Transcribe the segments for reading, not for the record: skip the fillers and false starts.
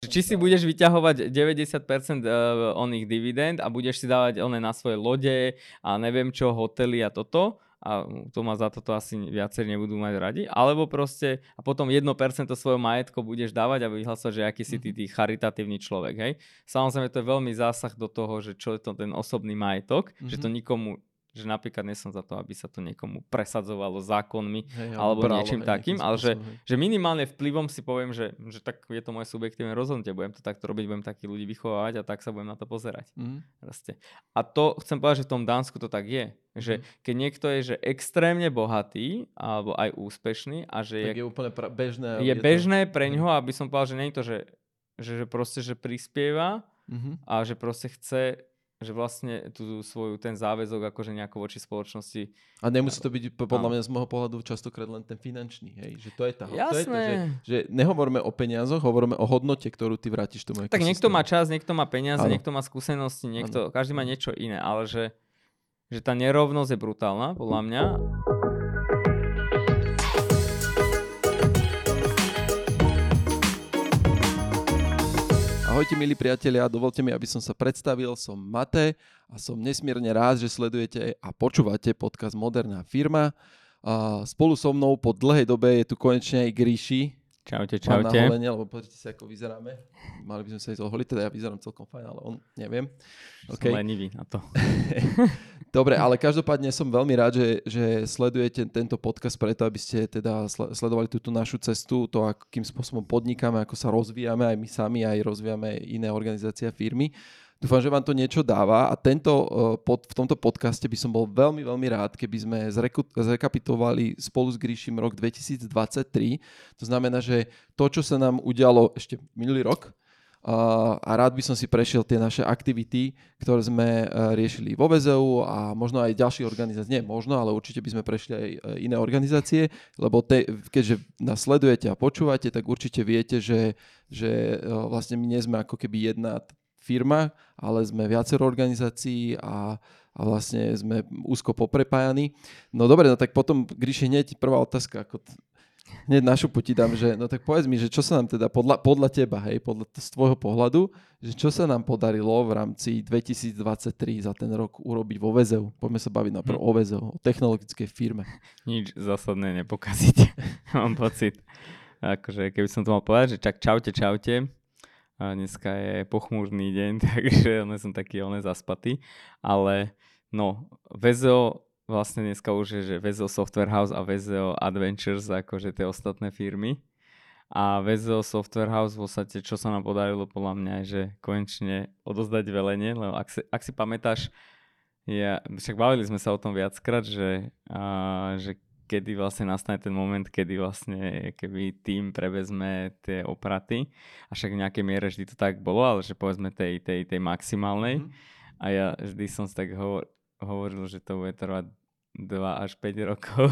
či si budeš vyťahovať 90% oných dividend a budeš si dávať one na svoje lode a neviem čo, hotely a toto, a to ma za toto asi viacerí nebudú mať radi, alebo proste a potom 1% svojho majetku budeš dávať a vyhlasovať, že aký si ty charitatívny človek, hej. Samozrejme to je veľmi zásah do toho, že čo je to ten osobný majetok, že to nikomu, že napríklad nie som za to, aby sa to niekomu presadzovalo zákonmi alebo niečím takým, ale že minimálne vplyvom si poviem, že tak je to moje subjektívne rozhodnutie, budem to takto robiť, budem takých ľudí vychovávať a tak sa budem na to pozerať. A to chcem povedať, že v tom Dánsku to tak je, že keď niekto je že extrémne bohatý alebo aj úspešný a že je úplne bežné. Je bežné pre ňoho, aby som povedal, že nie je to, že proste že prispieva a že proste chce, že vlastne ten záväzok akože nejako voči spoločnosti. A nemusí to byť podľa mňa z môjho pohľadu častokrát len ten finančný, hej? Že to je tá. Jasné. Že nehovoríme o peniazoch, hovoríme o hodnote, ktorú ty vrátiš tomu ekosystému. Tak niekto má čas, niekto má peniaze, niekto má skúsenosti, každý má niečo iné, ale že tá nerovnosť je brutálna, podľa mňa. Ahojte milí priatelia, dovolte mi, aby som sa predstavil, som Matej a som nesmierne rád, že sledujete a počúvate podcast Moderná firma. A spolu so mnou po dlhej dobe je tu konečne aj Gríši. Čaute. Na holenie, lebo pozrite sa, ako vyzeráme. Mali by sme sa ísť oholiť, teda ja vyzerám celkom fajn, ale on neviem. Som lenivý na to. Dobre, ale každopádne som veľmi rád, že sledujete tento podcast preto, aby ste teda sledovali túto našu cestu, to, akým spôsobom podnikáme, ako sa rozvíjame, aj my sami, aj rozvíjame iné organizácie a firmy. Dúfam, že vám to niečo dáva a v tomto podcaste by som bol veľmi, veľmi rád, keby sme zrekapitovali spolu s Gríšim rok 2023. To znamená, že to, čo sa nám udialo ešte minulý rok, a rád by som si prešiel tie naše aktivity, ktoré sme riešili vo VZU a možno aj ďalšie organizácie. Nie možno, ale určite by sme prešli aj iné organizácie, lebo keďže nás sledujete a počúvate, tak určite viete, že vlastne my nie sme ako keby jedna firma, ale sme viacero organizácií a vlastne sme úzko poprepájaní. No dobre, no tak potom, Gríši, hneď prvá otázka, hneď na šupu ti dám, že no tak povedz mi, že čo sa nám teda podľa teba, hej, z tvojho pohľadu, že čo sa nám podarilo v rámci 2023 za ten rok urobiť vo VZU? Poďme sa baviť najprv o VZU, o technologickej firme. Nič zásadné nepokazíte, mám pocit. Akože keby som to mal povedať, že čaute. A dneska je pochmúrny deň, takže som taký zaspatý. Ale no, VZO vlastne dneska už je, že VZO Software House a VZO Adventures, akože tie ostatné firmy. A VZO Software House v podstate, čo sa nám podarilo podľa mňa, je, že konečne odozdať velenie, lebo ak si pamätáš, však bavili sme sa o tom viackrát, že kedy vlastne nastane ten moment, kedy vlastne keby tým prevezme tie opraty. A však v nejakej miere vždy to tak bolo, ale že povedzme tej maximálnej. A ja vždy som si tak hovoril, že to bude trvať 2 až 5 rokov.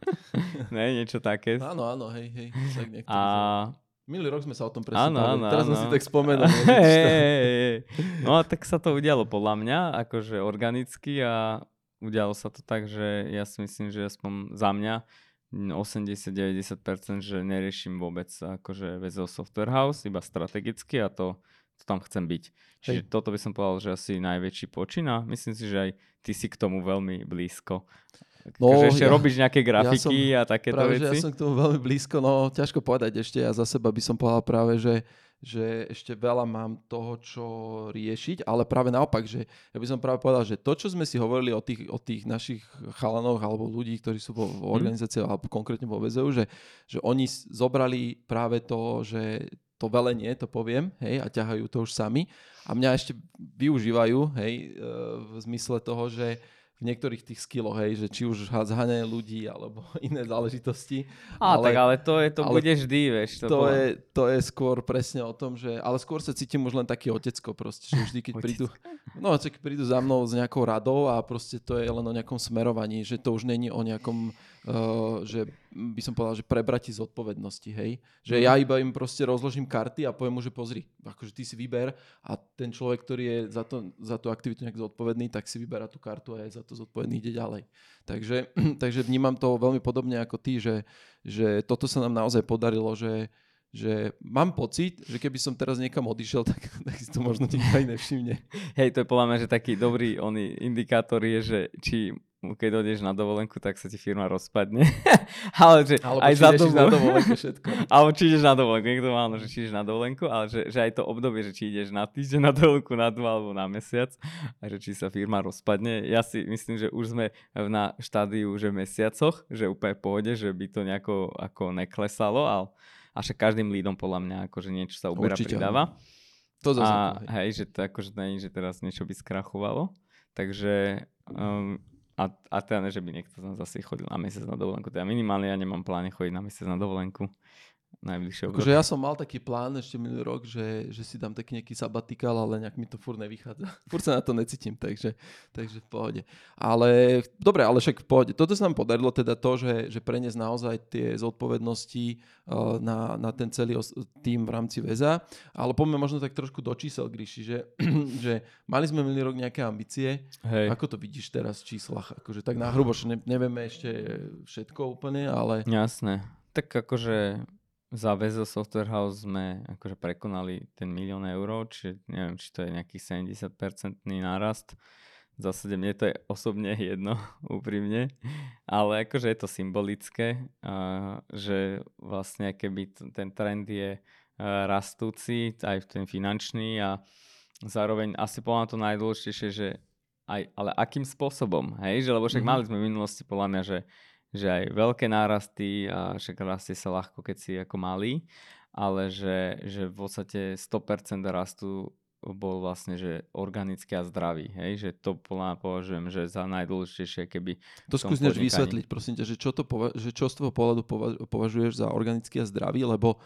Ne, niečo také. Áno, hej. Minulý rok sme sa o tom presúpali. Teraz som si tak spomenul. No a tak sa to udialo podľa mňa, akože organicky a udialo sa to tak, že ja si myslím, že aspoň za mňa 80-90%, že neriešim vôbec akože VZO Software House, iba strategicky a to tam chcem byť. Čiže toto by som povedal, že asi najväčší počin a myslím si, že aj ty si k tomu veľmi blízko. No, že ešte robíš nejaké grafiky a takéto veci? Ja som k tomu veľmi blízko, no ťažko povedať ešte. Ja za seba by som povedal práve, že ešte veľa mám toho, čo riešiť, ale práve naopak, že ja by som práve povedal, že to, čo sme si hovorili o tých našich chalanoch alebo ľudí, ktorí sú vo organizácii alebo konkrétne vo VZU, že oni zobrali práve to, že to velenie, to poviem, hej, a ťahajú to už sami a mňa ešte využívajú, hej, v zmysle toho, že v niektorých tých skilloch, hej, že či už zháňanie ľudí alebo iné záležitosti. Ale to bude vždy, vieš. To je skôr presne o tom, že... Ale skôr sa cítim už len taký otecko proste, že vždy, keď prídu za mnou s nejakou radou a proste to je len o nejakom smerovaní, že to už není o nejakom, že by som povedal, že prebrati zodpovednosti, hej. Že ja iba im proste rozložím karty a poviem mu, že pozri, akože ty si vyber a ten človek, ktorý je za tú aktivitu nejak zodpovedný, tak si vyberá tú kartu a je za to zodpovedný, ide ďalej. Takže vnímam to veľmi podobne ako ty, že toto sa nám naozaj podarilo, že že mám pocit, že keby som teraz niekam odišiel, tak si to možno nikto aj nevšimne. Hej, to je podľa mňa, že taký dobrý indikátor je, že či keď odeš na dovolenku, tak sa ti firma rozpadne. Ale že alebo aj či za ideš na dovolenku všetko. Alebo či ideš na dovolenku. Niekto má áno, že či ideš na dovolenku, ale že aj to obdobie, že či ideš na týždeň na dovolenku, na 2 alebo na mesiac a že či sa firma rozpadne. Ja si myslím, že už sme na štádiu, že v mesiacoch, že úplne v pohode, že by to nejako ako neklesalo, ale a však každým lídom podľa mňa akože niečo sa uberá, pridáva. To zase. A hej, že to akože nie, že teraz niečo by skrachovalo. Takže a teda ne, že by niekto tam zase chodil na mesiac na dovolenku. Teda minimálne ja nemám pláne chodiť na mesiac na dovolenku. Najbližšie obdobie. Akože ja som mal taký plán ešte minulý rok, že si dám taký nejaký sabatikál, ale nejak mi to furt nevychádza. Furt sa na to necítim, takže v pohode. Ale dobre, ale však v pohode. Toto sa nám podarilo teda to, že preniesť naozaj tie zodpovednosti na ten celý tým v rámci väza. Ale poďme možno tak trošku do čísel, Gríši, že mali sme minulý rok nejaké ambície. Hej. Ako to vidíš teraz v číslach? Akože tak náhrubo, že nevieme ešte všetko úplne, ale... Jasné. Tak akože za Vezo Software House sme akože prekonali ten 1 000 000 eur, čiže neviem, či to je nejaký 70% nárast. V zásade mne to je osobne jedno, úprimne, ale akože je to symbolické, že vlastne keby ten trend je rastúci, aj ten finančný a zároveň asi podľa to najdôležitejšie, že ale akým spôsobom, hej, že lebo však mali sme v minulosti podľa mňa, že aj veľké nárasty a však rastie sa ľahko, keď si ako malý, ale že v podstate 100% rastu bol vlastne, že organický a zdravý, hej, že to považujem, že za najdôležitejšie, keby... To skúsneš vysvetliť, prosím ťa, že čo z tvojho pohľadu považuješ za organický a zdravý, lebo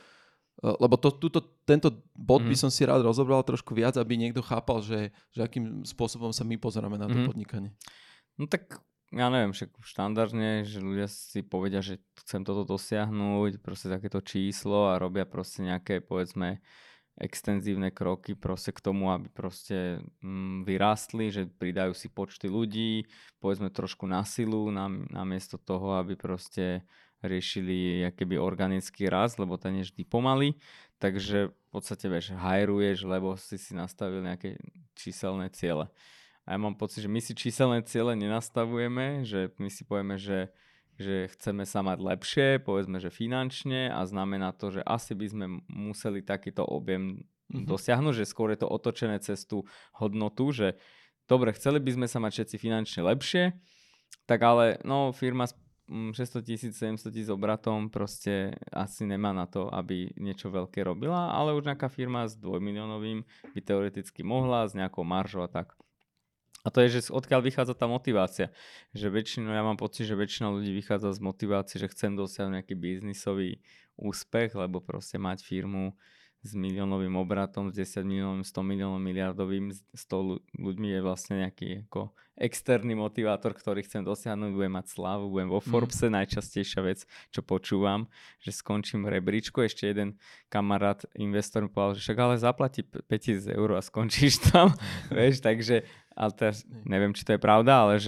tento bod by som si rád rozobral trošku viac, aby niekto chápal, že akým spôsobom sa my pozeráme na to podnikanie. No tak ja neviem, však štandardne, že ľudia si povedia, že chcem toto dosiahnuť, proste takéto číslo a robia proste nejaké, povedzme, extenzívne kroky proste k tomu, aby proste vyrástli, že pridajú si počty ľudí, povedzme trošku na silu, namiesto toho, aby proste riešili akýby organický rast, lebo ten je vždy pomaly. Takže v podstate hajruješ, lebo si nastavil nejaké číselné ciele. A ja mám pocit, že my si číselné ciele nenastavujeme, že my si povieme, že chceme sa mať lepšie, povedzme, že finančne a znamená to, že asi by sme museli takýto objem dosiahnuť, že skôr je to otočené cez tú hodnotu, že dobre, chceli by sme sa mať všetci finančne lepšie, tak ale no firma s 600 000, 700 000 obratom proste asi nemá na to, aby niečo veľké robila, ale už nejaká firma s 2 miliónovým by teoreticky mohla, s nejakou maržou a tak. A to je, že odkiaľ vychádza tá motivácia. Že ja mám pocit, že väčšina ľudí vychádza z motivácie, že chcem dosiahnuť nejaký biznisový úspech, lebo proste mať firmu s miliónovým obratom, s 10 miliónovým, 100 miliónovým, miliardovým, 100 ľuďmi je vlastne nejaký ako externý motivátor, ktorý chcem dosiahnuť, budem mať slávu, budem vo Forbese, najčastejšia vec, čo počúvam, že skončím v rebríčku. Ešte jeden kamarát, investor mi povedal, že však ale zaplatí 5 000 eur a skončíš tam, vieš, takže, ale teraz neviem, či to je pravda, ale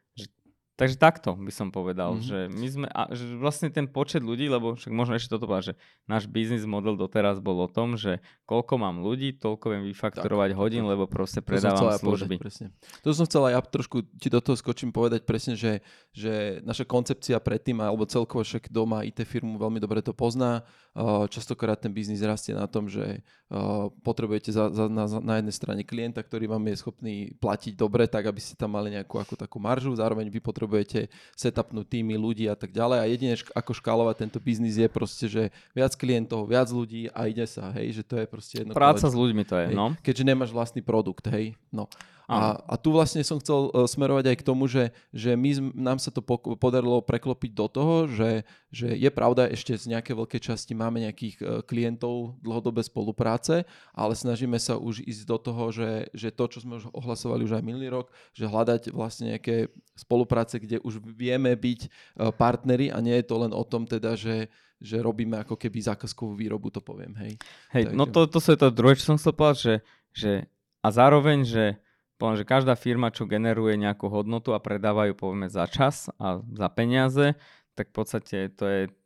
takže takto by som povedal, že my sme, že vlastne ten počet ľudí, lebo však možno ešte toto povedať, že náš biznis model doteraz bol o tom, že koľko mám ľudí, toľko viem vyfakturovať hodín, lebo proste predávam služby. To som chcel aj ja trošku ti do toho skočím povedať presne, že naša koncepcia predtým, alebo celkovo však doma IT firmu veľmi dobre to pozná. Častokrát ten biznis rastie na tom, že potrebujete na jednej strane klienta, ktorý vám je schopný platiť dobre, tak aby ste tam mali nejakú ako takú maržu, zároveň vy potrebujete setupnúť týmy ľudí a tak ďalej a jedine ako škálovať tento biznis je proste, že viac klientov, viac ľudí a ide sa, hej, že to je proste jedno. Práca s ľuďmi to je, hej, no. Keďže nemáš vlastný produkt, hej, no. A tu vlastne som chcel smerovať aj k tomu, že nám sa to podarilo preklopiť do toho, že je pravda, ešte z nejakej veľkej časti máme nejakých klientov dlhodobé spolupráce, ale snažíme sa už ísť do toho, že to, čo sme už ohlasovali už aj minulý rok, že hľadať vlastne nejaké spolupráce, kde už vieme byť partneri a nie je to len o tom teda, že robíme ako keby zákazkovú výrobu, to poviem, hej. Hej, takže... no to je to druhé, čo som chcel povedať, že a zároveň, že poviem, že každá firma, čo generuje nejakú hodnotu a predávajú, povieme, za čas a za peniaze, tak v podstate to je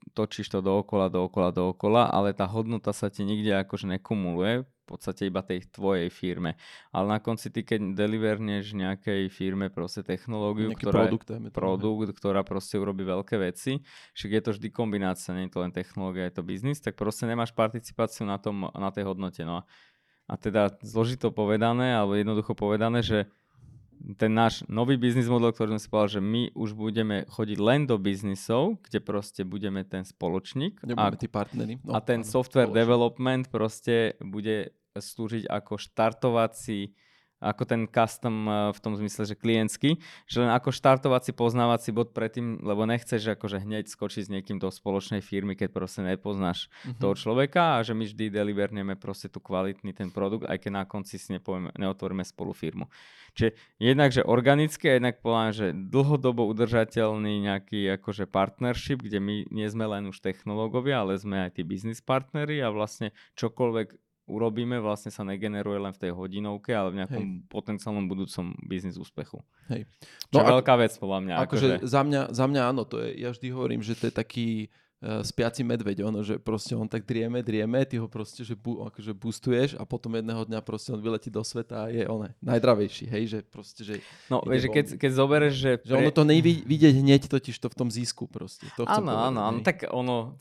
točíš to dookola, ale tá hodnota sa ti nikde akože nekumuluje, v podstate iba tej tvojej firme. Ale na konci ty, keď deliverneš nejakej firme proste technológiu, nejaký produkt, ktorá proste urobí veľké veci, však je to vždy kombinácia, nie je to len technológia, je to biznis, tak proste nemáš participáciu na tej hodnote. No a teda zložito povedané, alebo jednoducho povedané, že ten náš nový biznis model, ktorý som si povedal, že my už budeme chodiť len do biznisov, kde proste budeme ten spoločník nebudeme tí partneri. A ten software development proste bude slúžiť ako štartovací, ako ten custom v tom zmysle, že klientský, že len ako štartovací poznávací bod predtým, lebo nechceš akože hneď skočiť s niekým do spoločnej firmy, keď proste nepoznáš toho človeka a že my vždy deliverneme proste tu kvalitný ten produkt, aj keď na konci si neotvoríme spolu firmu. Čiže jednak, že organicky a jednak poviem, že dlhodobo udržateľný nejaký akože partnership, kde my nie sme len už technológovia, ale sme aj tí business partneri a vlastne čokoľvek urobíme, vlastne sa negeneruje len v tej hodinovke, ale v nejakom potenciálnom budúcom biznis úspechu. Hej. Čo je veľká vec podľa mňa. Akože za mňa áno, to je, ja vždy hovorím, že to je taký spiaci medveď, ono, že proste on tak drieme, ty ho proste, že akože boostuješ a potom jedného dňa proste on vyletí do sveta a je on najdravejší, hej, že proste, že... No, vieš, keď zobereš, že... Že ono to nejde vidieť hneď totiž to v tom zisku proste. To áno, tak ono,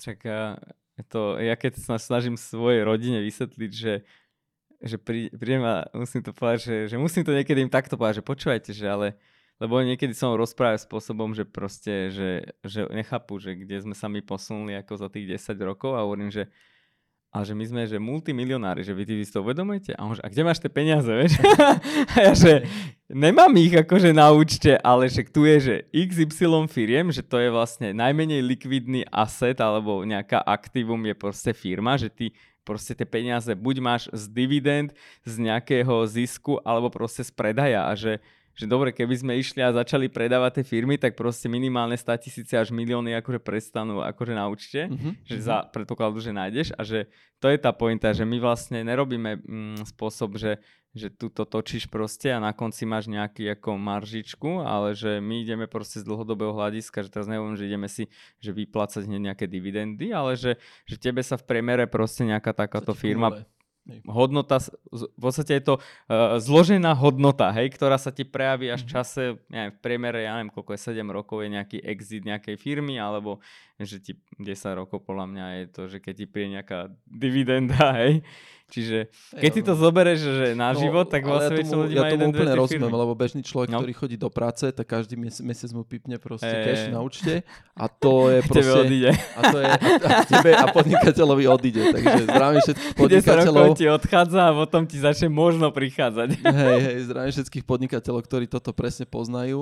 ja keď sa snažím svojej rodine vysvetliť, že prídem a musím to povedať, že musím to niekedy im takto povedať, že počúvajte, že ale, lebo niekedy som rozprával spôsobom, že proste, že nechápu, že kde sme sa my posunuli ako za tých 10 rokov a hovorím, že my sme že multimilionári, že vy si to uvedomujete? A on že, a kde máš tie peniaze, vieš? A ja že, nemám ich akože na účte, ale že tu je, že XY firiem, že to je vlastne najmenej likvidný asset alebo nejaká aktívum je proste firma, že ty proste tie peniaze buď máš z dividend, z nejakého zisku alebo proste z predaja a že dobre, keby sme išli a začali predávať tie firmy, tak proste minimálne 100 000 až milióny akože prestanú akože na účte, že za predpokladu, že nájdeš a že to je tá pointa, že my vlastne nerobíme spôsob, že tu to točíš proste a na konci máš nejaký ako maržičku, ale že my ideme proste z dlhodobého hľadiska, že teraz neviem, že ideme si že vyplácať hneď nejaké dividendy, ale že tebe sa v priemere proste nejaká takáto firma hodnota, v podstate je to zložená hodnota, hej, ktorá sa ti prejaví až v čase, neviem, v priemere, ja neviem, koľko je 7 rokov, je nejaký exit nejakej firmy, alebo že ti 10 rokov podľa mňa je to, že keď ti príde nejaká dividenda, hej. Čiže keď si to zoberieš že na život, tak vlastne väčšina ľudí má jeden, dve rozumiem, lebo bežný človek, ktorý chodí do práce, tak každý mesiac mu pipne proste cash na účte a to je proste... Tebe odíde. A to je tebe a podnikateľovi odíde. Takže zdravím všetkých podnikateľov. 10 rokov ti odchádza a potom ti začne možno prichádzať. Hej, zdravím všetkých podnikateľov, ktorí toto presne poznajú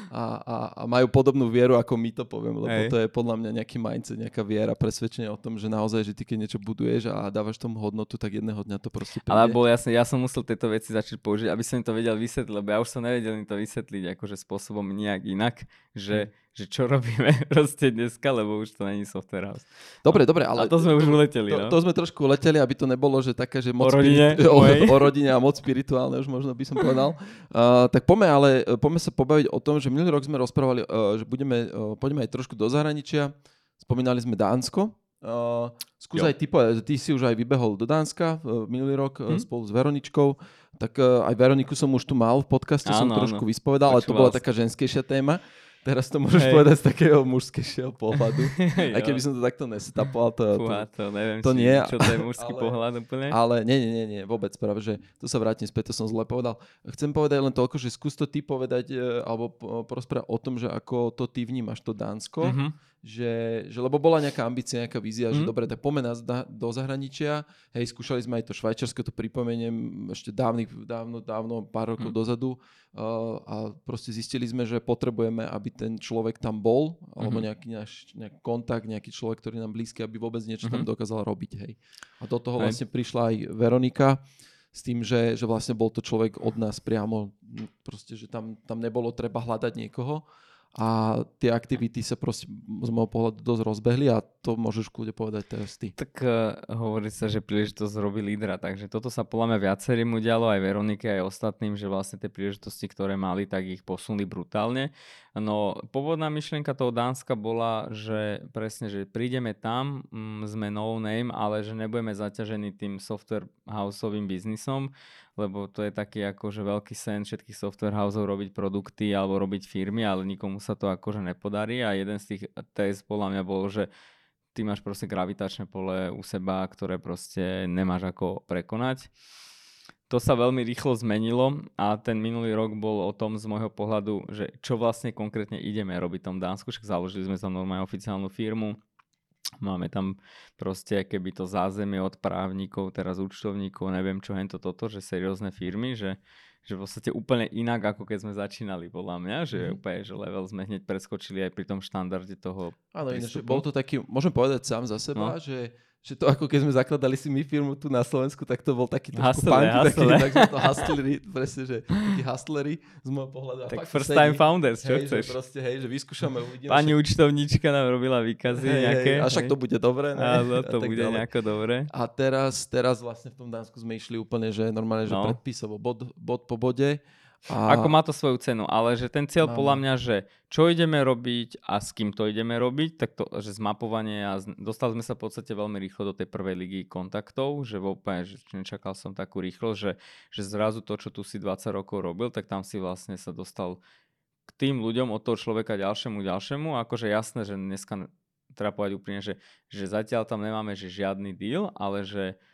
a majú podobnú vieru, ako my to poviem, lebo to je podľa mňa nejaký mindset, nejaká viera, presvedčenie o tom, že naozaj, že ty keď niečo buduješ a dávaš tomu hodnotu, tak jedného dňa to proste príde. Ale bol jasne, ja som musel tieto veci začať použiť, aby som im to vedel vysvetliť, lebo ja už som nevedel im to vysvetliť akože spôsobom nejak inak, že čo robíme proste dneska, lebo už to není software house. Dobre, ale... A to sme už uleteli, no? To sme trošku uleteli, aby to nebolo, že také, že moc o rodine a moc spirituálne, už možno by som povedal. Tak poďme sa pobaviť o tom, že minulý rok sme rozprávali, že poďme aj trošku do zahraničia. Spomínali sme Dánsko. Skús aj ty povedať, ty si už aj vybehol do Dánska minulý rok spolu s Veroničkou, tak aj Veroniku som už tu mal v podcaste, som trošku vyspovedal, ale to bola taká ženskejšia téma. Teraz to môžeš povedať z takého mužskejšieho pohľadu. Aj keby som to takto nesetapoval, to neviem, to nie. Čo to je mužský pohľad úplne. Ale nie, vôbec práve, že to sa vrátim späť, to som zle povedal. Chcem povedať len toľko, že skús to ty povedať, alebo porozprávať o tom, že ako to ty vnímaš to Dánsko, že lebo bola nejaká ambícia, nejaká vízia, že dobre, tak poďme nás do zahraničia. Hej, skúšali sme aj to Švajčiarsko, to pripomeniem ešte dávno, pár rokov dozadu. A proste zistili sme, že potrebujeme, aby ten človek tam bol, alebo nejaký kontakt, nejaký človek, ktorý nám blízky, aby vôbec niečo tam dokázal robiť. Hej. A do toho vlastne prišla aj Veronika s tým, že vlastne bol to človek od nás priamo, proste, že tam nebolo treba hľadať niekoho. A tie aktivity sa proste z môjho pohľadu dosť rozbehli a to môžeš kľudne povedať teraz ty. Tak hovorí sa, že príležitosť robí lídra, takže toto sa podľa mňa viacerým udialo, aj Veronike, aj ostatným, že vlastne tie príležitosti, ktoré mali, tak ich posunuli brutálne. No, pôvodná myšlienka toho Dánska bola, že presne, že prídeme tam, sme no name, ale že nebudeme zaťažení tým software houseovým biznisom, lebo to je taký akože veľký sen všetkých software houseov robiť produkty alebo robiť firmy, ale nikomu sa to akože nepodarí a jeden z tých test podľa mňa bol, že ty máš proste gravitačné pole u seba, ktoré proste nemáš ako prekonať. To sa veľmi rýchlo zmenilo a ten minulý rok bol o tom z môjho pohľadu, že čo vlastne konkrétne ideme robiť v tom Dánsku, však založili sme tam normálne oficiálnu firmu, máme tam proste keby to zázemie od právnikov, teraz účtovníkov, neviem čo hento toto, že seriózne firmy, že v podstate úplne inak, ako keď sme začínali, podľa mňa, že úplne, že level sme hneď preskočili aj pri tom štandarde toho Áno, ináč, bol to taký, môžem povedať sám za seba, že to ako keď sme zakladali si my firmu tu na Slovensku, tak to bol taký trošku punk, tak sme to hustleri, presne, že takí hustleri z môjho pohľadu. Tak first time founders, čo chceš? Že proste, že vyskúšame, uvidíme. Pani účtovníčka nám robila výkazy nejaké. A však to bude dobre, ne? Áno, to bude nejako dobre. A teraz vlastne v tom Dánsku sme išli úplne, že normálne, že predpisovo, bod po bode. Ako má to svoju cenu, ale že ten cieľ podľa mňa, že čo ideme robiť a s kým to ideme robiť, tak to, že zmapovanie a dostali sme sa v podstate veľmi rýchlo do tej prvej ligy kontaktov, že úplne, že nečakal som takú rýchlosť, že zrazu to, čo tu si 20 rokov robil, tak tam si vlastne sa dostal k tým ľuďom od toho človeka ďalšiemu, akože jasné, že dneska treba povedať úplne, že zatiaľ tam nemáme že žiadny deal, ale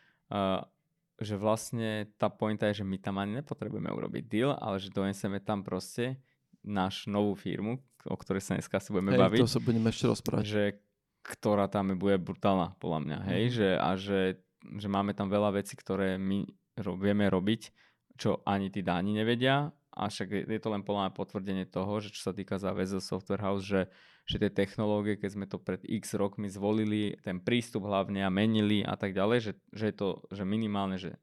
že vlastne tá pointa je, že my tam ani nepotrebujeme urobiť deal, ale že doneseme tam proste našu novú firmu, o ktorej sa dneska si budeme baviť. To sa budeme ešte rozprávať. Že, ktorá tam bude brutálna, podľa mňa. Že máme tam veľa vecí, ktoré my vieme robiť, čo ani tí Dáni nevedia. A však je to len podľa mňa potvrdenie toho, že čo sa týka záväzu Software House, že tie technológie, keď sme to pred x rokmi zvolili, ten prístup hlavne a menili a tak ďalej, že je to že minimálne, že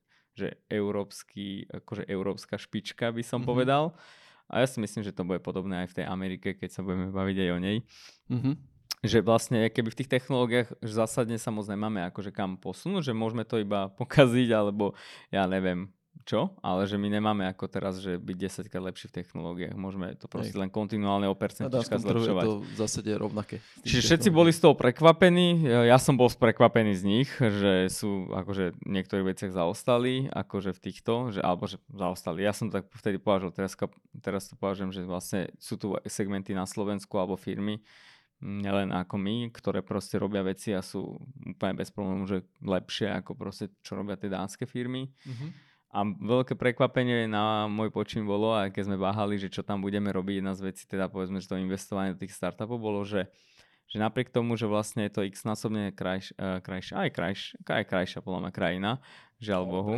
európska špička by som povedal. A ja si myslím, že to bude podobné aj v tej Amerike, keď sa budeme baviť aj o nej. Že vlastne keby v tých technológiách zásadne sa moc nemáme akože kam posunúť, že môžeme to iba pokaziť, alebo ja neviem čo, ale že my nemáme ako teraz, že byť 10-krát lepší v technológiách. Môžeme to proste len kontinuálne o percentička zlepšovať. Je to v zásade rovnaké. Čiže všetci boli z toho prekvapení. Ja som bol prekvapený z nich, že sú akože v niektorých veciach zaostali, akože v týchto, alebo že zaostali. Ja som to tak vtedy považoval, teraz to považujem, že vlastne sú tu segmenty na Slovensku alebo firmy, nielen ako my, ktoré proste robia veci a sú úplne bez problémov, že lepšie ako proste čo robia tie dánske firmy. A veľké prekvapenie na môj počin bolo, aj keď sme váhali, že čo tam budeme robiť, jedna z vecí, teda povedzme, že to investovanie do tých startupov bolo, že napriek tomu, že vlastne je to x-násobne krajšia podľa mňa krajina, žiaľ Bohu.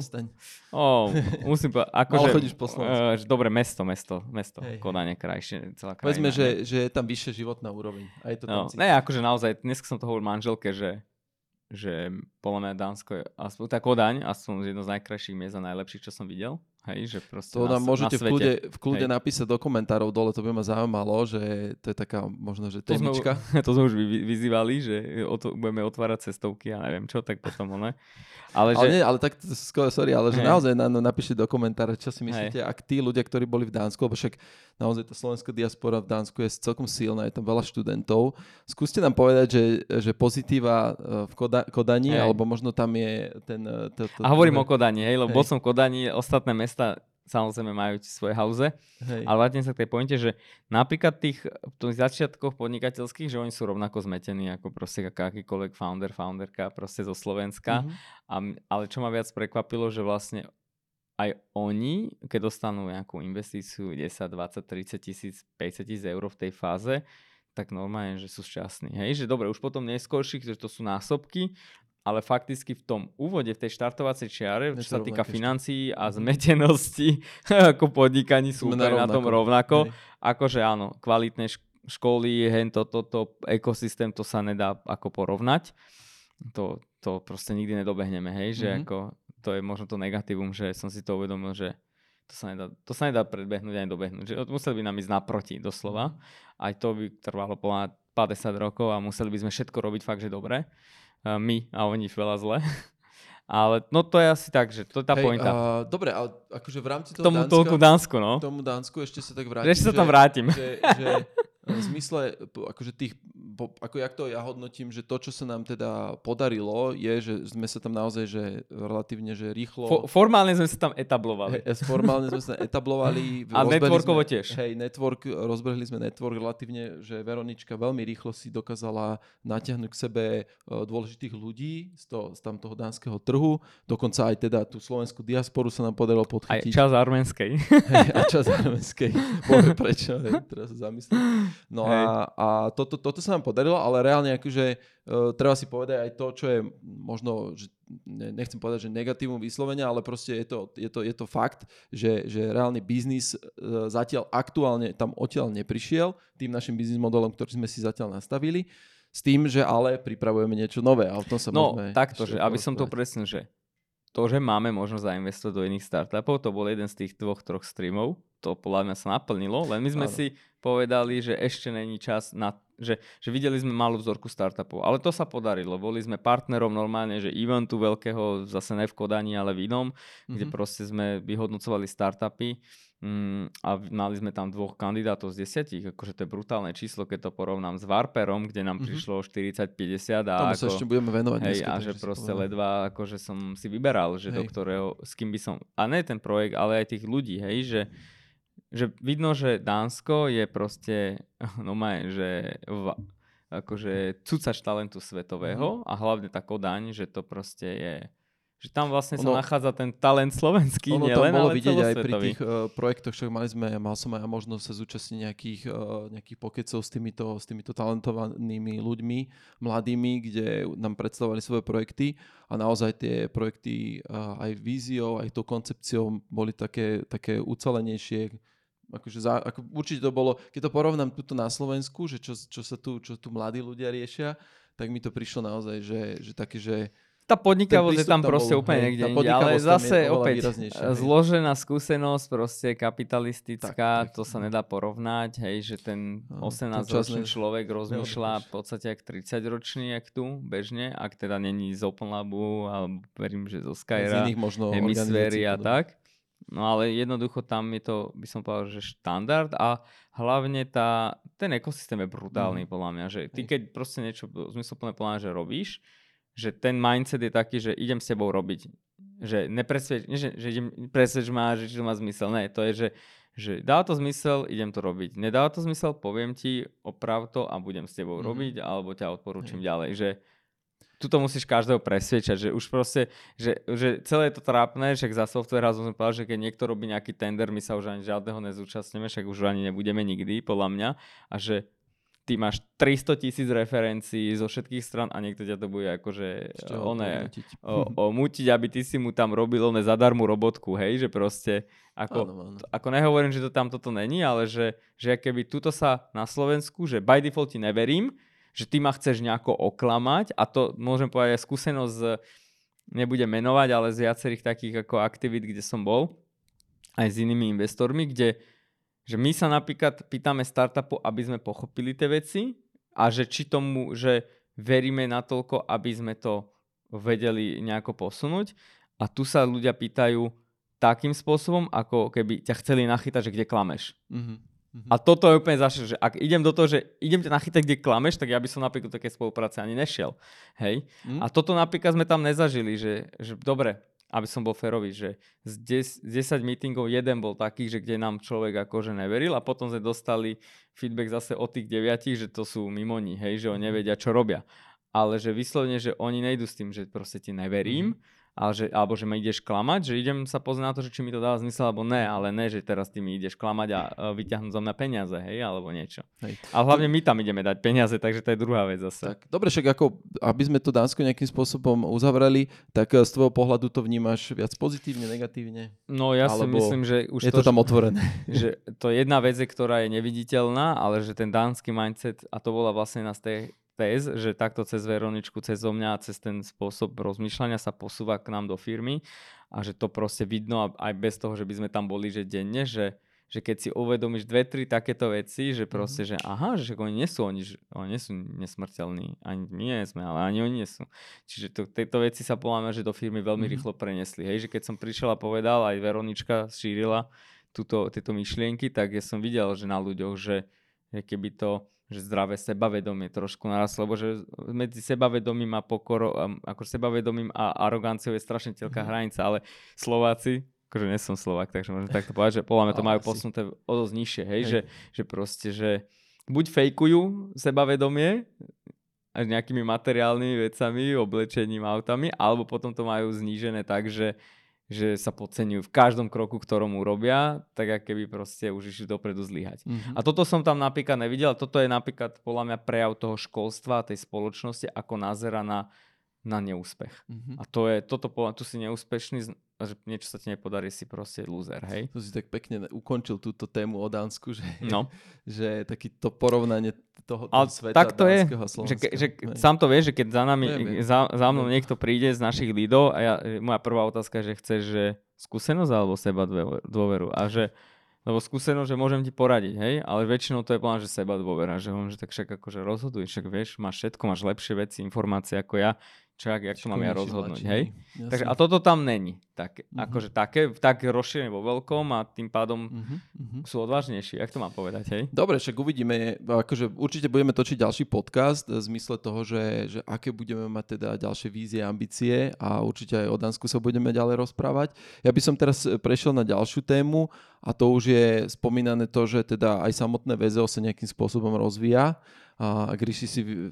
Musím povedať, akože, dobre, mesto, Kodane krajšie, celá krajina. Povedzme, že je tam vyššia životná úroveň. A je to tam ne, akože naozaj, dnes som to hovoril manželke, že podľa mňa Dánsko je aspoň tá Kodaň, aspoň jedno z najkrajších miest a najlepších, čo som videl. Hej, že proste to nám môžete v kľude napísať do komentárov dole, to by ma zaujímalo, že to je taká možno, že témička. To sme už vyzývali, že budeme otvárať cestovky a neviem čo, tak potom Ale tak sorry, ale že naozaj napíšte do komentára, čo si myslíte, ak tí ľudia, ktorí boli v Dánsku, lebo však naozaj tá slovenská diaspora v Dánsku je celkom silná, je tam veľa študentov. Skúste nám povedať, že pozitíva v Kodani, alebo možno tam je ten... A hovorím o Kodani, lebo bol som v Kodani, ostatné mesta samozrejme majú svoje hauze, ale vrátim sa k tej pointe, že napríklad v tých začiatkoch podnikateľských, že oni sú rovnako zmetení ako proste akýkoľvek founderka proste zo Slovenska, ale čo ma viac prekvapilo, že vlastne aj oni, keď dostanú nejakú investíciu 10, 20, 30 tisíc, 50 tisíc eur v tej fáze, tak normálne, že sú šťastní. Hej, že dobre, už potom neskôrších, že to sú násobky, ale fakticky v tom úvode, v tej štartovacej čiare, čo sa týka financií a zmetenosti ako podnikaní sú na tom rovnako. Akože áno, kvalitné školy, toto ekosystém, to sa nedá ako porovnať. To proste nikdy nedobehneme, hej, že ako to je možno to negatívum, že som si to uvedomil, že to sa nedá predbehnúť ani dobehnúť. Že museli by nám ísť naproti, doslova. Aj to by trvalo 50 rokov a museli by sme všetko robiť fakt, že dobre. My a oni veľa zle. Ale no to je asi tak, že to je tá pointa. Dobre, ale akože v rámci toho Dánsku, no. Tomu Dánsku ešte sa tak vrátim. Ešte sa tam vrátim. Že v zmysle, akože ako jak to ja hodnotím, že to, čo sa nám teda podarilo, je, že sme sa tam naozaj, že relatívne, že rýchlo... Formálne sme sa tam etablovali. Formálne sme sa etablovali. A networkovo tiež. Hej, rozbehli sme network relatívne, že Veronička veľmi rýchlo si dokázala natiahnuť k sebe dôležitých ľudí z toho dánskeho trhu. Dokonca aj teda tú slovenskú diasporu sa nám podarilo podchytiť. Aj čas arménskej. Hej, a čas arménskej. Bože, prečo? Hej, teraz sa zamyslím. No a toto sa nám podarilo, ale reálne akože treba si povedať aj to, čo je možno, že nechcem povedať, že negatívum vyslovene, ale proste je to fakt, že reálny biznis zatiaľ aktuálne tam odtiaľ neprišiel tým našim biznis modelom, ktorý sme si zatiaľ nastavili, s tým, že ale pripravujeme niečo nové a o tom sa môžeme... No takto, že aby som to presne, že to, že máme možnosť zainvestovať do iných startupov, to bol jeden z tých 2-3 streamov, to podľa mňa sa naplnilo, len my sme si povedali, že ešte není čas na... Že videli sme malú vzorku startupov, ale to sa podarilo. Boli sme partnerom normálne, že eventu veľkého, zase ne v Kodani, ale v inom, kde proste sme vyhodnocovali startupy a mali sme tam 2 kandidátov z 10, akože to je brutálne číslo, keď to porovnám s Warperom, kde nám prišlo 40-50 a tomu sa ešte budeme venovať dneska. A že proste ledva akože som si vyberal, že do ktorého, s kým by som, a ne ten projekt, ale aj tých ľudí, hej, že vidno, že Dánsko je proste že akože cucač talentu svetového a hlavne tá Kodaň, že to proste je, že tam vlastne sa nachádza ten talent slovenský, nie len, ale celosvetový. Ono tam bolo vidieť aj pri tých projektoch, však mal som aj možnosť sa zúčastniť nejakých pokecov s týmito talentovanými ľuďmi, mladými, kde nám predstavovali svoje projekty a naozaj tie projekty aj víziou, aj tou koncepciou boli také ucelenejšie. Ako určite to bolo, keď to porovnám tuto na Slovensku, že čo tu mladí ľudia riešia, tak mi to prišlo naozaj, že také, že tá podnikavosť je tam proste úplne niekde inde, ale zase opäť zložená skúsenosť, proste kapitalistická, to sa nedá porovnať, hej, že ten 18-ročný človek rozmýšľa v podstate jak 30-ročný, jak tu, bežne, ak teda není z Open Labu, alebo verím, že zo Skyra, Hemisféry a tak. No ale jednoducho tam je to, by som povedal, že štandard a hlavne ten ekosystém je brutálny podľa mňa, že ty keď proste niečo zmysluplné podľa mňa, že robíš, že ten mindset je taký, že idem s tebou robiť. Že že idem presvedč ma, že to má zmysel. Ne, to je, že dá to zmysel, idem to robiť. Nedá to zmysel, poviem ti, oprav to a budem s tebou robiť, alebo ťa odporúčam ďalej. Že tuto musíš každého presvedčať, že už proste, že celé je to trápne, však za software house som povedal, že keď niekto robí nejaký tender, my sa už ani žiadneho nezúčastníme, však už ani nebudeme nikdy, podľa mňa. A že ty máš 300,000 referencií zo všetkých stran a niekto ťa to bude akože mutiť, aby ty si mu tam robil zadarmú robotku, hej, že proste ako nehovorím, že to tam toto není, ale že keby tuto sa na Slovensku, že by default ti neverím, že ty ma chceš nejako oklamať a to môžem povedať aj skúsenosť nebudem menovať, ale z viacerých takých ako aktivít, kde som bol aj s inými investormi, kde že my sa napríklad pýtame startupu, aby sme pochopili tie veci a že či tomu, že veríme natoľko, aby sme to vedeli nejako posunúť. A tu sa ľudia pýtajú takým spôsobom, ako keby ťa chceli nachytať, že kde klameš. A toto je úplne zašlo, že ak idem do toho, že idem ťa nachytať, kde klameš, tak ja by som napríklad do také spolupráce ani nešiel. Hej? A toto napríklad sme tam nezažili, že dobre, aby som bol férový, že z 10 meetingov jeden bol taký, že kde nám človek akože neveril a potom sme dostali feedback zase od tých 9, že to sú mimoni, hej, že oni nevedia, čo robia. Ale že vyslovene, že oni nejdú s tým, že proste ti neverím, alebo že ma ideš klamať, že idem sa pozrieť na to, že či mi to dáva zmysel alebo ne, ale ne, že teraz ty mi ideš klamať a vyťahnuť zo mňa peniaze, hej, alebo niečo. Hej. A hlavne my tam ideme dať peniaze, takže to je druhá vec zase. Tak, dobre, však ako, aby sme to Dánsko nejakým spôsobom uzavreli, tak z tvojho pohľadu to vnímaš viac pozitívne, negatívne? No ja si myslím, že už je to tam otvorené. Že to jedna vec, ktorá je neviditeľná, ale že ten dánsky mindset, a to bola vlastne jedna z tej téz, že takto cez Veroničku, cez mňa, cez ten spôsob rozmýšľania sa posúva k nám do firmy a že to proste vidno aj bez toho, že by sme tam boli že denne, že keď si uvedomíš 2-3 takéto veci, že proste, že aha, že oni nie sú nesmrteľní, ani my nie sme, ale ani oni nie sú. Čiže tieto veci sa podľa mňa, že do firmy veľmi rýchlo prenesli. Hej, že keď som prišiel a povedal, aj Veronička šírila tieto myšlienky, tak ja som videl, že na ľuďoch, že keby to, že zdravé sebavedomie trošku narastlo, lebo že medzi sebavedomím a pokorou, ako sebavedomím a aroganciou je strašne veľká hranica, ale Slováci, akože nie som Slovák, takže môžem takto povedať, že podľa mňa to majú posunuté o dosť nižšie, hej. Že proste, že buď fejkujú sebavedomie nejakými materiálnymi vecami, oblečením, autami, alebo potom to majú znížené tak, že sa podceňujú v každom kroku, ktorom urobia, tak ako keby proste už išli dopredu zlyhať. A toto som tam napríklad nevidel, toto je napríklad podľa mňa prejav toho školstva, tej spoločnosti, ako nazera na neúspech. A tu si neúspešný, že niečo sa ti nepodarí, si proste loser, hej? To si tak pekne ukončil túto tému o Dánsku, že, že takéto porovnanie toho sveta tak to dánskeho a slovenského. Že sám to vieš, že keď za mnou niekto príde z našich lídov a moja prvá otázka je, že chceš že skúsenosť alebo seba dôveru. A že lebo skúsenosť, že môžem ti poradiť, hej? Ale väčšinou to je plán, že seba dôvera, že hovorím, že tak však akože rozhoduješ, však vieš, máš všetko, máš lepšie veci, informácie ako ja, jak to mám ja rozhodnúť, hej? Takže, a toto tam není. Akože tak rozšírené vo veľkom a tým pádom sú odvážnejší. Jak to mám povedať, hej? Dobre, však uvidíme. Akože určite budeme točiť ďalší podcast v zmysle toho, že aké budeme mať teda ďalšie vízie, ambície a určite aj o Dánsku sa budeme ďalej rozprávať. Ja by som teraz prešiel na ďalšiu tému a to už je spomínané to, že teda aj samotné VZO sa nejakým spôsobom rozvíja. A Gríši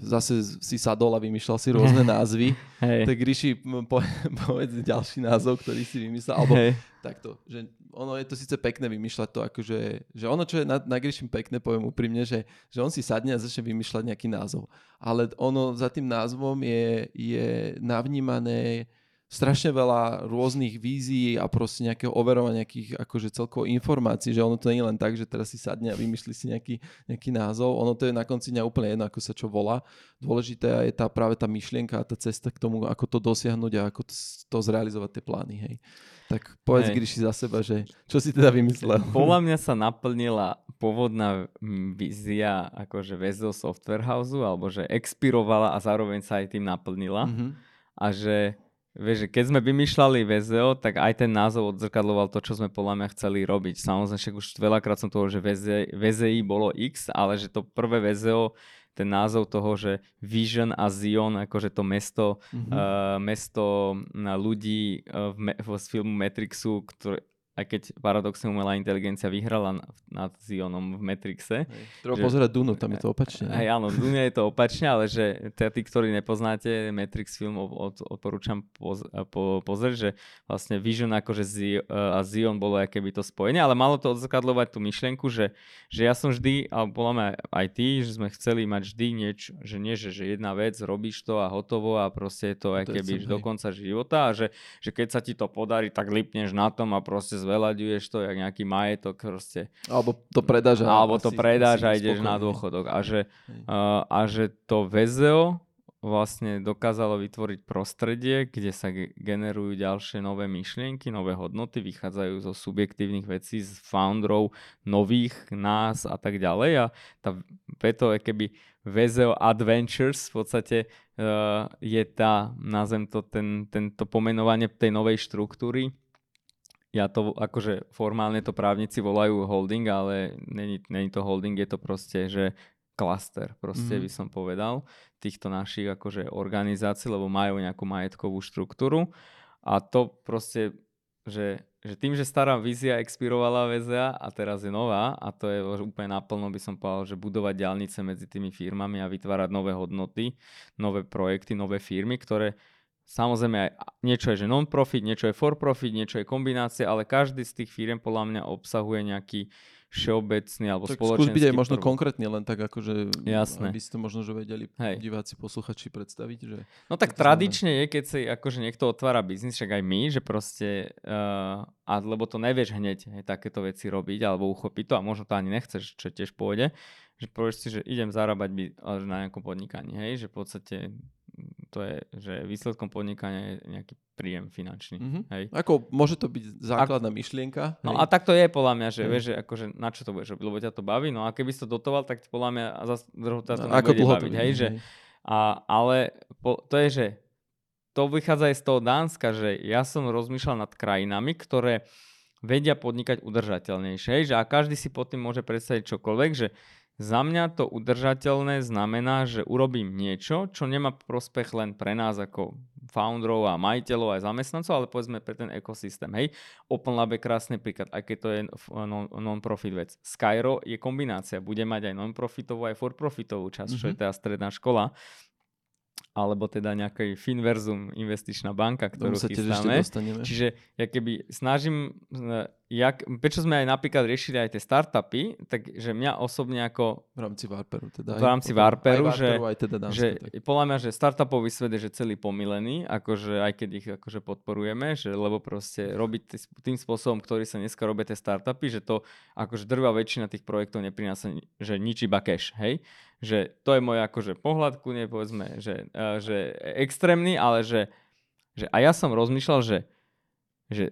si sadol a vymýšľal si rôzne názvy. Tak Gríši, povedz ďalší názov, ktorý si vymyslel. Alebo takto, že ono je to síce pekné vymýšľať to, akože, že ono, čo je na Gríšim pekné, poviem úprimne, že on si sadne a začne vymýšľať nejaký názov. Ale ono za tým názvom je navnímané strašne veľa rôznych vízií a proste nejakého overovania nejakých akože celkovo informácií, že ono to nie je len tak, že teraz si sadne a vymyslí si nejaký názov, ono to je na konci dňa úplne jedno, ako sa čo volá. Dôležitá je práve tá myšlienka a tá cesta k tomu, ako to dosiahnuť a ako to zrealizovať tie plány, hej. Tak povedz Gríši za seba, že čo si teda vymyslel? Podľa mňa sa naplnila pôvodná vízia akože VZO Software Houseu, alebo že expirovala a zároveň sa aj tým naplnila. A že vieš, že keď sme vymýšľali VZO, tak aj ten názov odzrkadloval to, čo sme podľa mňa chceli robiť. Samozrejme, však už veľakrát som toho, že VZI bolo X, ale že to prvé VZO, ten názov toho, že Vision a Zion, akože to mesto ľudí z filmu Matrixu, ktoré aj keď paradoxne umelá inteligencia vyhrala nad Zionom v Matrixe. Treba pozerať Dunu, tam je to opačne. Hej, áno, v Dune je to opačne, ale že tí, ktorí nepoznáte Matrix film, odporúčam pozrieť, že vlastne Vision akože a Zion bolo keby to spojenie, ale malo to odzrkadľovať tú myšlienku, že ja som vždy, ale podľa mňa aj ty, že sme chceli mať vždy niečo, že nie, že jedna vec, robíš to a hotovo a proste je to keby do konca života a že keď sa ti to podarí, tak lipneš na tom a proste zveľaďuješ to, jak nejaký majetok proste. Alebo to predáš a ideš na dôchodok. A že to VZO vlastne dokázalo vytvoriť prostredie, kde sa generujú ďalšie nové myšlienky, nové hodnoty, vychádzajú zo subjektívnych vecí, z founderov, nových, nás a tak ďalej. A preto je keby VZO Adventures v podstate je nazvem to tento pomenovanie tej novej štruktúry. Ja to, akože formálne to právnici volajú holding, ale není to holding, je to proste, že klaster, proste by som povedal, týchto našich akože organizácií, lebo majú nejakú majetkovú štruktúru a to proste, že tým, že stará vízia expirovala VZA a teraz je nová a to je úplne naplno, by som povedal, že budovať diaľnice medzi tými firmami a vytvárať nové hodnoty, nové projekty, nové firmy, ktoré samozrejme aj niečo je, že non-profit, niečo je for-profit, niečo je kombinácia, ale každý z tých firiem podľa mňa obsahuje nejaký všeobecný alebo tak spoločenský. Skús byť aj možno konkrétne, len tak akože, jasné, aby si to možno že vedeli diváci, posluchači predstaviť. Že no tak tradične je, keď si akože niekto otvára biznis, však aj my, že proste, lebo to nevieš hneď takéto veci robiť alebo uchopiť to a možno to ani nechceš, čo tiež pôjde, že povieš si, že idem zarábať na nejakom podnikaní, hej, že v podstate to je, že výsledkom podnikania je nejaký príjem finančný. Hej. Ako môže to byť základná myšlienka? No hej. A tak to je podľa mňa, že vieš, že akože na čo to budeš robiť, lebo ťa to baví, no a keby si to dotoval, tak podľa mňa zase druhú to nebude baviť. Hej, že, ale to je, že to vychádza aj z toho Dánska, že ja som rozmýšľal nad krajinami, ktoré vedia podnikať udržateľnejšie, že a každý si pod tým môže predstaviť čokoľvek, že za mňa to udržateľné znamená, že urobím niečo, čo nemá prospech len pre nás ako founderov a majiteľov aj zamestnancov, ale povedzme pre ten ekosystém. Hej, OpenLab je krásny príklad, aj keď to je non-profit vec. Skyro je kombinácia, bude mať aj non-profitovú, aj for-profitovú časť, čo je teda stredná škola, alebo teda nejaký Finverzum investičná banka, ktorú chystáme. Čiže ja keby snažím, prečo sme aj napríklad riešili aj tie startupy, takže mňa osobne ako v rámci Varperu teda. V rámci Varperu, teda že podľa mňa, že startupový svet je že celý pomilený, akože aj keď ich akože podporujeme, že lebo proste robiť tým spôsobom, ktorý sa dneska robia tie startupy, že to akože drvá väčšina tých projektov neprináša, že nič iba cash, hej? Že to je môj akože pohľad, povedzme, že extrémny, ale že a ja som rozmýšľal, že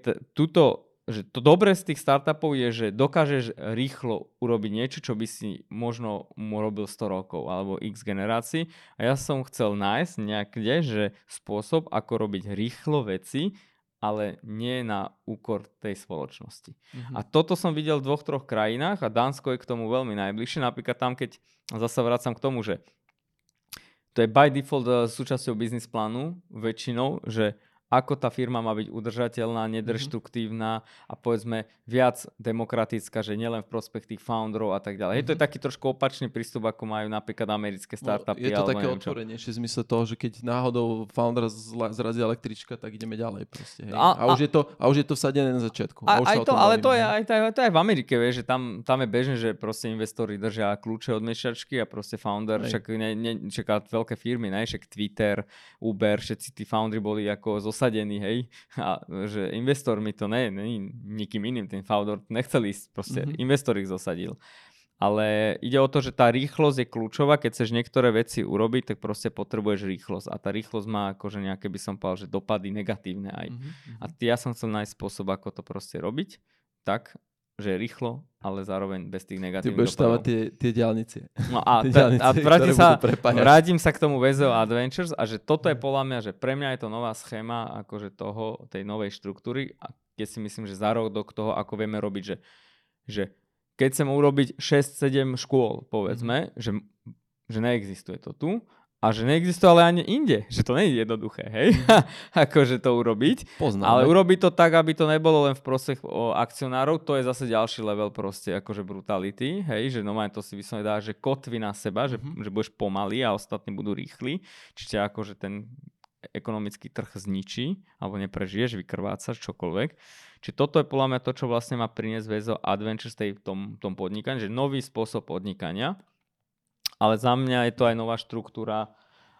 to dobré z tých startupov je, že dokážeš rýchlo urobiť niečo, čo by si možno robil 100 rokov alebo x generácií. A ja som chcel nájsť niekde, že spôsob, ako robiť rýchlo veci, ale nie na úkor tej spoločnosti. A toto som videl v 2-3 krajinách a Dánsko je k tomu veľmi najbližšie. Napríklad tam, keď zasa vracam k tomu, že to je by default súčasťou business plánu väčšinou, že ako tá firma má byť udržateľná, nedeštruktívna a povedzme viac demokratická, že nielen v prospech tých founderov a tak ďalej. To je taký trošku opačný prístup, ako majú napríklad americké startupy. Je to také otvorenejšie v zmysle toho, že keď náhodou founder zrazí električka, tak ideme ďalej proste. Hej. A už je to vsadené na začiatku. To je aj v Amerike, vieš, že tam je bežné, že proste investori držia kľúče od mešačky a proste founder, však veľké firmy, však Twitter, Uber, všetci tí founderi boli ako osadený, hej, a že investormi to nie nikým iným, ten founder nechcel ísť, proste investor ich zosadil. Ale ide o to, že tá rýchlosť je kľúčová, keď chceš niektoré veci urobiť, tak proste potrebuješ rýchlosť a tá rýchlosť má akože nejaké, by som povedal, že dopady negatívne aj. A ja som chcel nájsť spôsob, ako to proste robiť, tak, že je rýchlo, ale zároveň bez tých negatívnych dopadov. Ty budeš stavať tie diaľnice. No a vrátim sa k tomu VZO Adventures a že toto je podľa mňa, že pre mňa je to nová schéma akože tej novej štruktúry a keď si myslím, že zárodok toho, ako vieme robiť, že keď chcem urobiť 6-7 škôl, povedzme, že neexistuje to tu, a že neexistuje ale ani inde, že to nie je jednoduché, hej, akože to urobiť. Poznáme. Ale urobiť to tak, aby to nebolo len v prospech akcionárov, to je zase ďalší level proste akože brutality, hej, že normálne to si vyslovene dá, že kotvi na seba, že budeš pomalý a ostatní budú rýchli, čiže akože ten ekonomický trh zničí, alebo neprežiješ, vykrvácaš, čokoľvek. Čiže toto je podľa mňa to, čo vlastne má priniesť VZO Adventures v tom podnikaní, že nový spôsob podnikania. Ale za mňa je to aj nová štruktúra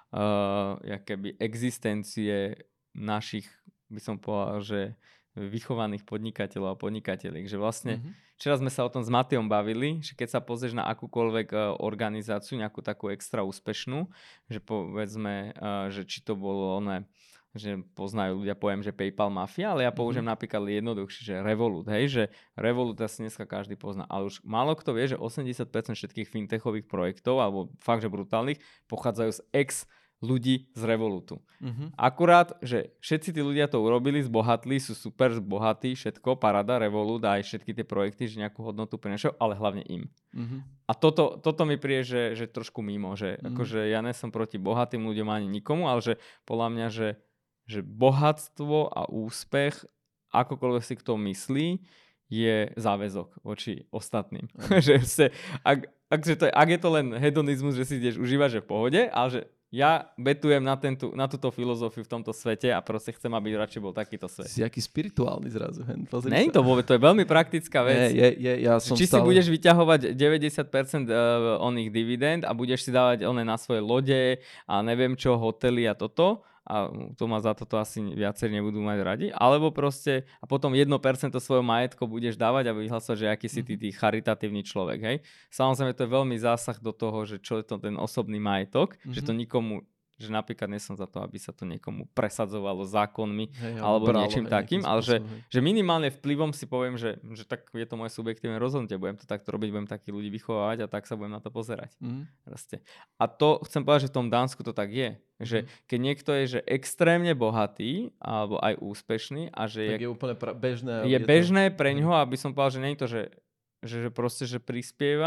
existencie našich, by som povedal, že vychovaných podnikateľov a podnikateliek. Že vlastne, včera sme sa o tom s Matejom bavili, že keď sa pozrieš na akúkoľvek organizáciu, nejakú takú extra úspešnú, že povedzme, že či to bolo že poznajú ľudia pojem, že PayPal mafia, ale ja použijem napríklad jednoduchšie, že Revolut, hej, že Revolut asi dneska každý pozná, ale už málo kto vie, že 80% všetkých fintechových projektov, alebo fakt, že brutálnych, pochádzajú z ľudí z Revolutu. Akurát, že všetci tí ľudia to urobili, zbohatli, sú super zbohatí, všetko, parada, Revolut a aj všetky tie projekty, že nejakú hodnotu prinašajú, ale hlavne im. A toto mi príde, že trošku mimo, že akože ja nie som proti bohatým ľuďom ani nikomu, ale že podľa mňa, že bohatstvo a úspech, akokoľvek si kto myslí, je záväzok voči ostatným. Ak je to len hedonizmus, že si ideš užívať, že v pohode, ale že ja betujem na túto filozofiu v tomto svete a proste chcem, aby radšej bol takýto svet. Si aký spirituálny zrazu. Nie je to vôbec, to je veľmi praktická vec. Si budeš vyťahovať 90% oných dividend a budeš si dávať na svoje lode a neviem čo, hotely a toto, a to ma za toto asi viacerí nebudú mať radi, alebo proste a potom 1% svojho majetku budeš dávať a vyhlasovať, že aký si ty charitatívny človek, hej. Samozrejme to je veľmi zásah do toho, že čo je to ten osobný majetok, že to nikomu, že napríklad nie som za to, aby sa to niekomu presadzovalo zákonmi alebo niečím takým, ale že minimálne vplyvom si poviem, že tak je to moje subjektívne rozhodnutie, budem to takto robiť, budem takých ľudí vychovávať a tak sa budem na to pozerať. A to chcem povedať, že v tom Dánsku to tak je, že keď niekto je že extrémne bohatý alebo aj úspešný a že tak je úplne bežné. Je bežné pre ňoho, aby som povedal, že nie je to, že proste, že prispieva,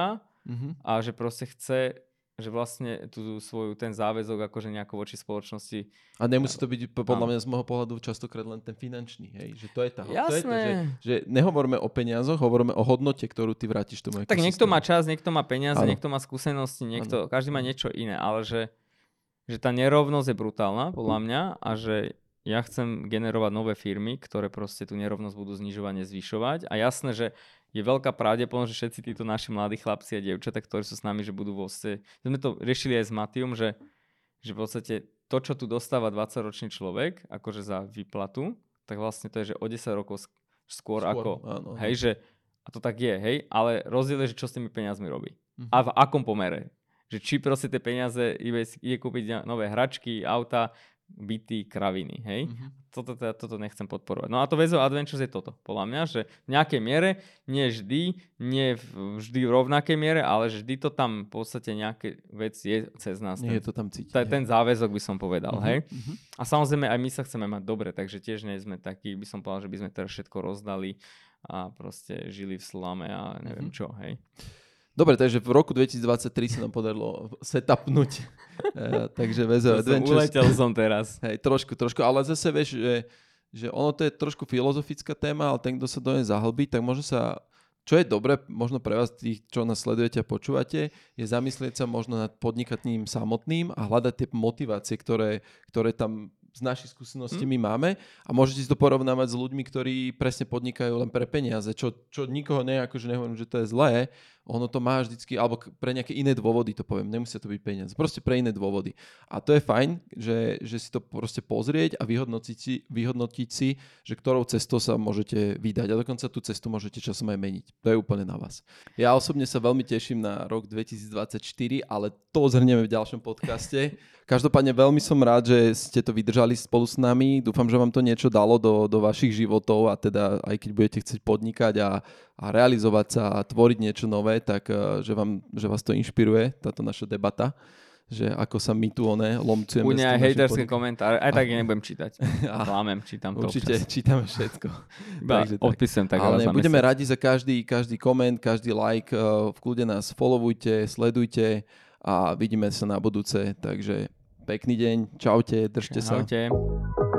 a že proste chce, že vlastne ten záväzok akože nejako voči spoločnosti. A nemusí to byť podľa mňa z môjho pohľadu častokrát len ten finančný, hej? Že to je tá. Jasné. Že nehovoríme o peniazoch, hovoríme o hodnote, ktorú ty vrátiš tomu ekosystému. Tak niekto má čas, niekto má peniaze, niekto má skúsenosti, každý má niečo iné, ale že tá nerovnosť je brutálna podľa mňa a že ja chcem generovať nové firmy, ktoré proste tú nerovnosť budú znižovať, nezvyšovať. A jasné, že je veľká pravdepodobnosť, že všetci títo naši mladí chlapci a dievčatá, ktorí sú s nami, že budú sme to riešili aj s Matýom, že v podstate to, čo tu dostáva 20-ročný človek, akože za výplatu, tak vlastne to je, že o 10 rokov skôr ako, áno. Hej, že a to tak je, hej, ale rozdiel je, že čo s tými peniazmi robí. A v akom pomere. Že či proste tie peniaze ide kúpiť nové hračky, auta, byty, kraviny, hej? Toto nechcem podporovať. No a to Vezo Adventures je toto, podľa mňa, že v nejakej miere, nie vždy v rovnakej miere, ale že vždy to tam v podstate nejaké vec je cez nás. Nie je to tam cítiť. Ten záväzok by som povedal, hej? A samozrejme aj my sa chceme mať dobre, takže tiež nie sme takí, by som povedal, že by sme teraz všetko rozdali a proste žili v slame a neviem čo, hej? Dobre, takže v roku 2023 sa nám podarilo setupnúť. Takže Vezo Adventures. Uletel som teraz. Hej, trošku, ale zase vieš, že ono to je trošku filozofická téma, ale ten, kto sa do nej zahlbí, tak možno sa, čo je dobre, možno pre vás tých, čo nás sledujete a počúvate, je zamyslieť sa možno nad podnikaním samotným a hľadať tie motivácie, ktoré tam z našich skúseností my máme a môžete si to porovnávať s ľuďmi, ktorí presne podnikajú len pre peniaze, čo nikoho akože nehovorím, že to je zlé, ono to má vždycky, alebo pre nejaké iné dôvody to poviem, nemusia to byť peniaze, proste pre iné dôvody. A to je fajn, že si to proste pozrieť a vyhodnotiť si, že ktorou cestou sa môžete vydať a dokonca tú cestu môžete časom aj meniť. To je úplne na vás. Ja osobne sa veľmi teším na rok 2024, ale to zhrnieme v ďalšom podcaste. Každopádne veľmi som rád, že ste to vydržali spolu s nami. Dúfam, že vám to niečo dalo do vašich životov a teda aj keď budete chcieť podnikať a realizovať sa a tvoriť niečo nové, tak že vás to inšpiruje, táto naša debata, že ako sa my tu lomcujeme. Bude aj hejterské komentáre, aj tak nebudem čítať. Klamem, čítam to určite, občas. Čítame všetko. Odpisujem tak. Ale budeme radi za každý koment, každý like, v kľude nás followujte, sledujte a vidíme sa na budúce, takže pekný deň, čaute, držte sa. Čaute.